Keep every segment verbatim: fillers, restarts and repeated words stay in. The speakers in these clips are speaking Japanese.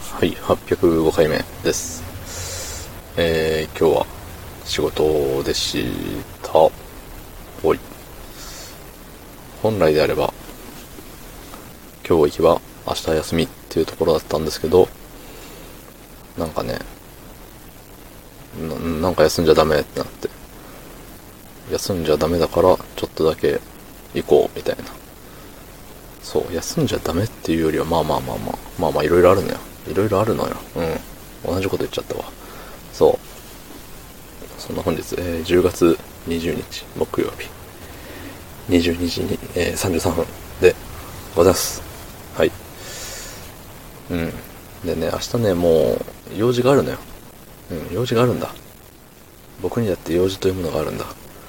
はい、はっぴゃくごかいめです。えー、今日は仕事でした。おい。本来であれば、今日行けば明日休みっていうところだったんですけど、なんかね、な、なんか休んじゃダメってなって、休んじゃダメだからちょっとだけ行こうみたいな。そう、休んじゃダメっていうよりは、まあまあまあまあ、まあまあいろいろあるのよ。いろいろあるのよ。うん。同じこと言っちゃったわ。そう。そんな本日、えー、じゅうがつにじゅうにち木曜日にじゅうにじに、えー、さんじゅうさんぷんでございます。はい。うん。でね、明日ね、もう用事があるのよ。うん、用事があるんだ。僕にだって用事というものがあるんだ。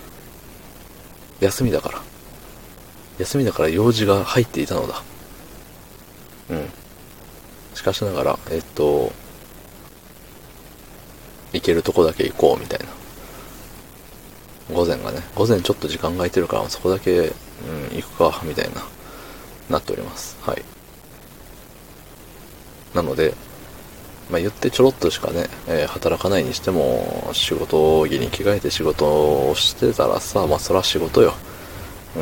休みだから。休みだから用事が入っていたのだ。うん。しかしながら、えっと、行けるとこだけ行こうみたいな。午前がね、午前ちょっと時間が空いてるから、そこだけ、うん、行くか、みたいな、なっております。はい。なので、まあ、言ってちょろっとしかね、えー働かないにしても、仕事着に着替えて仕事をしてたらさ、まあそら仕事よ。うん。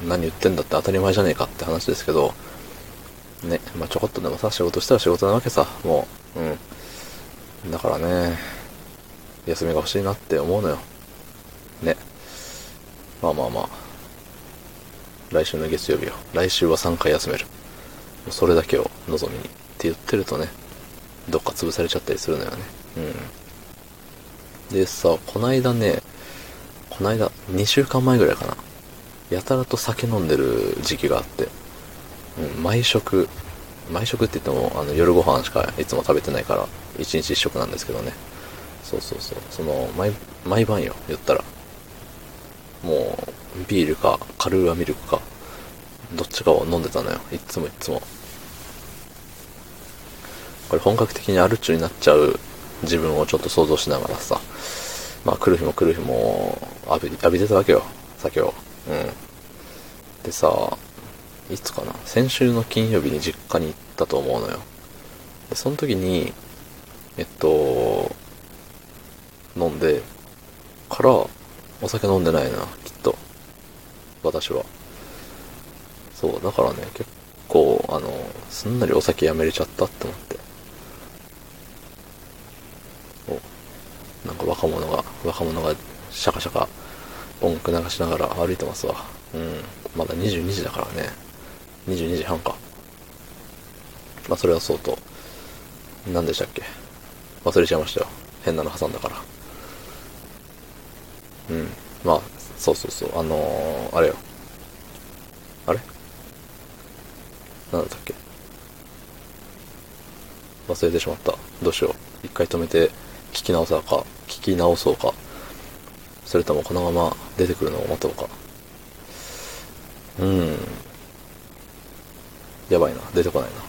何言ってんだって当たり前じゃねえかって話ですけど、ね、まあちょこっとでもさ、仕事したら仕事なわけさ、もう、うん。だからね、休みが欲しいなって思うのよ。ね。まあまあまあ、来週の月曜日よ。来週はさんかい休める。それだけを望みにって言ってるとね、どっか潰されちゃったりするのよね。うん。でさ、こないだね、こないだ、にしゅうかんまえぐらいかな。やたらと酒飲んでる時期があって、うん、毎食、毎食って言っても、あの、夜ご飯しかいつも食べてないから、一日一食なんですけどね。そうそうそう。その、毎、毎晩よ、言ったら。もう、ビールか、カルーアミルクか、どっちかを飲んでたのよ。いっつもいっつも。これ本格的にアル中になっちゃう自分をちょっと想像しながらさ、まあ来る日も来る日も浴び、浴びてたわけよ、酒を。うん。でさ、いつかな、先週の金曜日に実家に行ったと思うのよ。で、その時に、えっと、飲んで、からお酒飲んでないな、きっと。私は。そう、だからね、結構、あの、すんなりお酒やめれちゃったって思って。なんか若者が、若者がシャカシャカ音楽流しながら歩いてますわ。うん。まだにじゅうにじだからね。にじゅうにじはんか。まあそれはそうと。何でしたっけ、忘れちゃいましたよ。変なの挟んだから。うん。まあ、そうそうそう。あのー、あれよ。あれなんだったっけ、忘れてしまった。どうしよう。一回止めて聞き直そうか。聞き直そうか。それともこのまま出てくるのを待とうか。うーん。やばいな。出てこないな。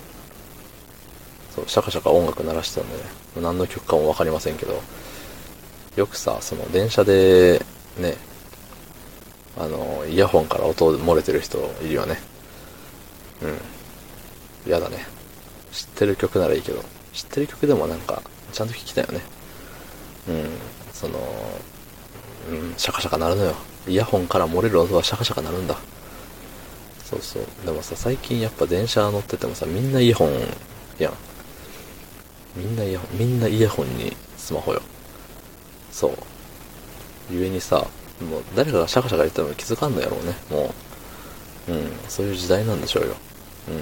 そう、シャカシャカ音楽鳴らしてたんでね。何の曲かもわかりませんけど。よくさ、その電車で、ね、あの、イヤホンから音漏れてる人いるよね。うん。やだね。知ってる曲ならいいけど、知ってる曲でもなんか、ちゃんと聴きたいよね。うん。その、うん、シャカシャカ鳴るのよ。イヤホンから漏れる音はシャカシャカ鳴るんだ。そうそう。でもさ、最近やっぱ電車乗っててもさ、みんなイヤホンやん。みんなイヤホン、みんなイヤホンにスマホよ。そう。ゆえにさ、もう誰かがシャカシャカ言っても気づかんのやろうね。もう、うん、そういう時代なんでしょうよ。うん。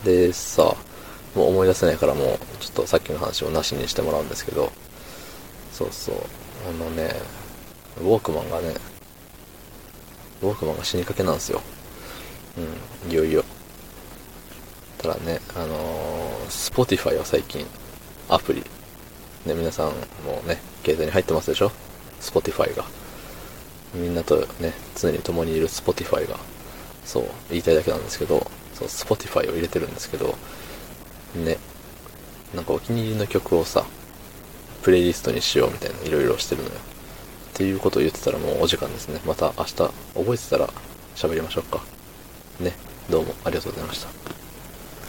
でさ、もう思い出せないからもう、ちょっとさっきの話をなしにしてもらうんですけど、そうそう。あのね、ウォークマンがね、ウォークマンが死にかけなんですよ。うん、いよいよ。ただね、あのー、Spotify は最近、アプリ、ね、皆さんもね、携帯に入ってますでしょ？ Spotify が。みんなとね、常に共にいる Spotify が、そう、言いたいだけなんですけど、そう、Spotify を入れてるんですけど、ね、なんかお気に入りの曲をさ、プレイリストにしようみたいな、いろいろしてるのよ。っていうことを言ってたらもうお時間ですね。また明日覚えてたら喋りましょうか。ね、どうもありがとうございました。